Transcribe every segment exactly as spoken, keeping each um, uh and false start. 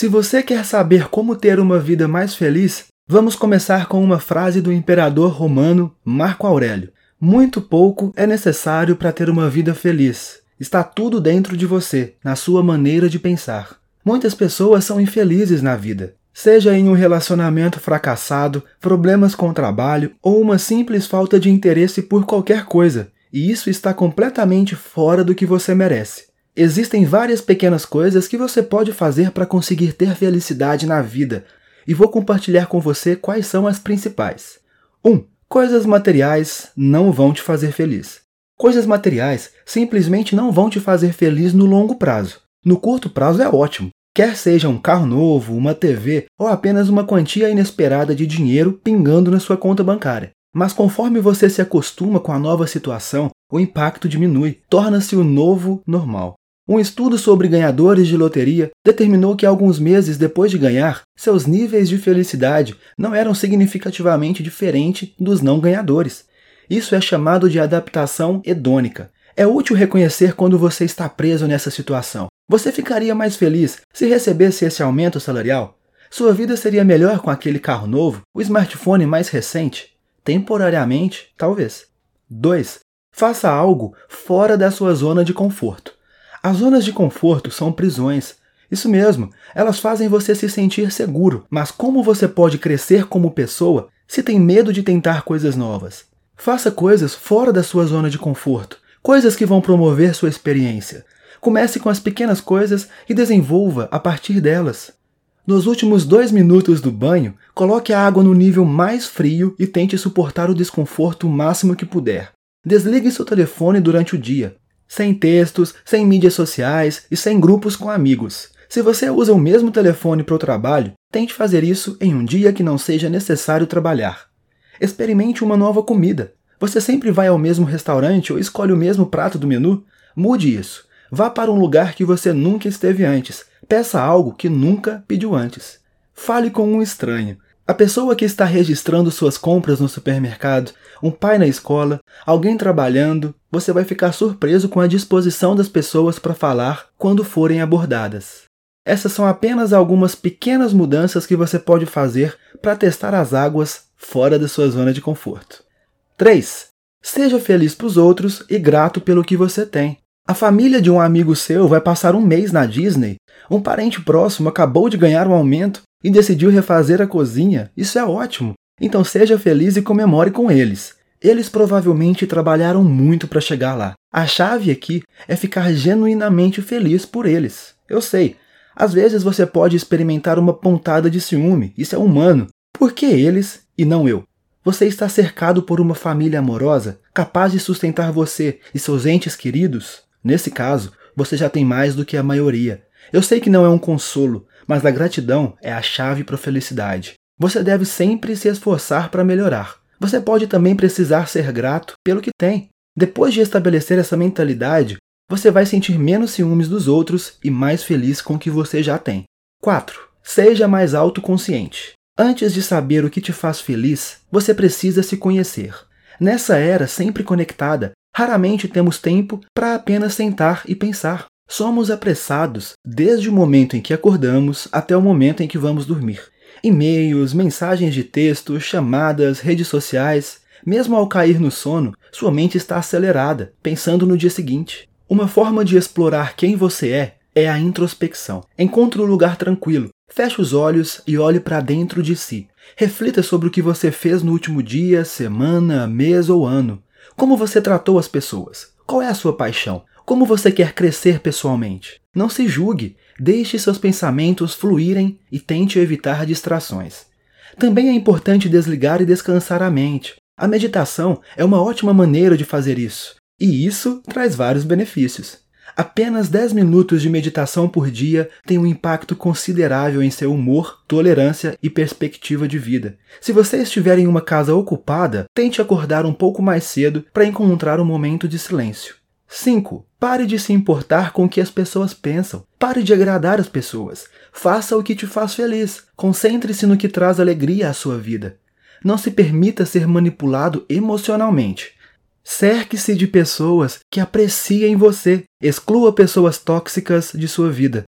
Se você quer saber como ter uma vida mais feliz, vamos começar com uma frase do imperador romano Marco Aurélio. Muito pouco é necessário para ter uma vida feliz. Está tudo dentro de você, na sua maneira de pensar. Muitas pessoas são infelizes na vida, seja em um relacionamento fracassado, problemas com o trabalho ou uma simples falta de interesse por qualquer coisa, e isso está completamente fora do que você merece. Existem várias pequenas coisas que você pode fazer para conseguir ter felicidade na vida, e vou compartilhar com você quais são as principais. um. Coisas materiais não vão te fazer feliz. Coisas materiais simplesmente não vão te fazer feliz no longo prazo. No curto prazo é ótimo, quer seja um carro novo, uma T V ou apenas uma quantia inesperada de dinheiro pingando na sua conta bancária. Mas conforme você se acostuma com a nova situação, o impacto diminui, torna-se o novo normal. Um estudo sobre ganhadores de loteria determinou que alguns meses depois de ganhar, seus níveis de felicidade não eram significativamente diferentes dos não ganhadores. Isso é chamado de adaptação hedônica. É útil reconhecer quando você está preso nessa situação. Você ficaria mais feliz se recebesse esse aumento salarial? Sua vida seria melhor com aquele carro novo, o smartphone mais recente? Temporariamente, talvez. dois. Faça algo fora da sua zona de conforto. As zonas de conforto são prisões. Isso mesmo, elas fazem você se sentir seguro, mas como você pode crescer como pessoa se tem medo de tentar coisas novas? Faça coisas fora da sua zona de conforto, coisas que vão promover sua experiência. Comece com as pequenas coisas e desenvolva a partir delas. Nos últimos dois minutos do banho, coloque a água no nível mais frio e tente suportar o desconforto o máximo que puder. Desligue seu telefone durante o dia. Sem textos, sem mídias sociais e sem grupos com amigos. Se você usa o mesmo telefone para o trabalho, tente fazer isso em um dia que não seja necessário trabalhar. Experimente uma nova comida. Você sempre vai ao mesmo restaurante ou escolhe o mesmo prato do menu? Mude isso. Vá para um lugar que você nunca esteve antes. Peça algo que nunca pediu antes. Fale com um estranho. A pessoa que está registrando suas compras no supermercado, um pai na escola, alguém trabalhando, você vai ficar surpreso com a disposição das pessoas para falar quando forem abordadas. Essas são apenas algumas pequenas mudanças que você pode fazer para testar as águas fora da sua zona de conforto. três. Seja feliz para os outros e grato pelo que você tem. A família de um amigo seu vai passar um mês na Disney. Um parente próximo acabou de ganhar um aumento e decidiu refazer a cozinha. Isso é ótimo. Então seja feliz e comemore com eles. Eles provavelmente trabalharam muito para chegar lá. A chave aqui é ficar genuinamente feliz por eles. Eu sei, às vezes você pode experimentar uma pontada de ciúme. Isso é humano. Por que eles e não eu? Você está cercado por uma família amorosa, capaz de sustentar você e seus entes queridos? Nesse caso, você já tem mais do que a maioria. Eu sei que não é um consolo, mas a gratidão é a chave para a felicidade. Você deve sempre se esforçar para melhorar. Você pode também precisar ser grato pelo que tem. Depois de estabelecer essa mentalidade, você vai sentir menos ciúmes dos outros e mais feliz com o que você já tem. quatro. Seja mais autoconsciente. Antes de saber o que te faz feliz, você precisa se conhecer. Nessa era sempre conectada, raramente temos tempo para apenas sentar e pensar. Somos apressados desde o momento em que acordamos até o momento em que vamos dormir. E-mails, mensagens de texto, chamadas, redes sociais. Mesmo ao cair no sono, sua mente está acelerada, pensando no dia seguinte. Uma forma de explorar quem você é é a introspecção. Encontre um lugar tranquilo, feche os olhos e olhe para dentro de si. Reflita sobre o que você fez no último dia, semana, mês ou ano. Como você tratou as pessoas? Qual é a sua paixão? Como você quer crescer pessoalmente? Não se julgue, deixe seus pensamentos fluírem e tente evitar distrações. Também é importante desligar e descansar a mente. A meditação é uma ótima maneira de fazer isso, e isso traz vários benefícios. Apenas dez minutos de meditação por dia tem um impacto considerável em seu humor, tolerância e perspectiva de vida. Se você estiver em uma casa ocupada, tente acordar um pouco mais cedo para encontrar um momento de silêncio. cinco. Pare de se importar com o que as pessoas pensam. Pare de agradar as pessoas. Faça o que te faz feliz. Concentre-se no que traz alegria à sua vida. Não se permita ser manipulado emocionalmente. Cerque-se de pessoas que apreciem você. Exclua pessoas tóxicas de sua vida.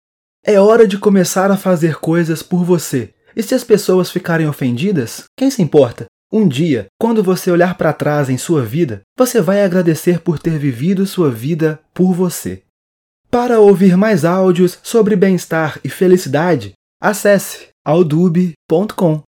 É hora de começar a fazer coisas por você. E se as pessoas ficarem ofendidas, quem se importa? Um dia, quando você olhar para trás em sua vida, você vai agradecer por ter vivido sua vida por você. Para ouvir mais áudios sobre bem-estar e felicidade, acesse audube ponto com.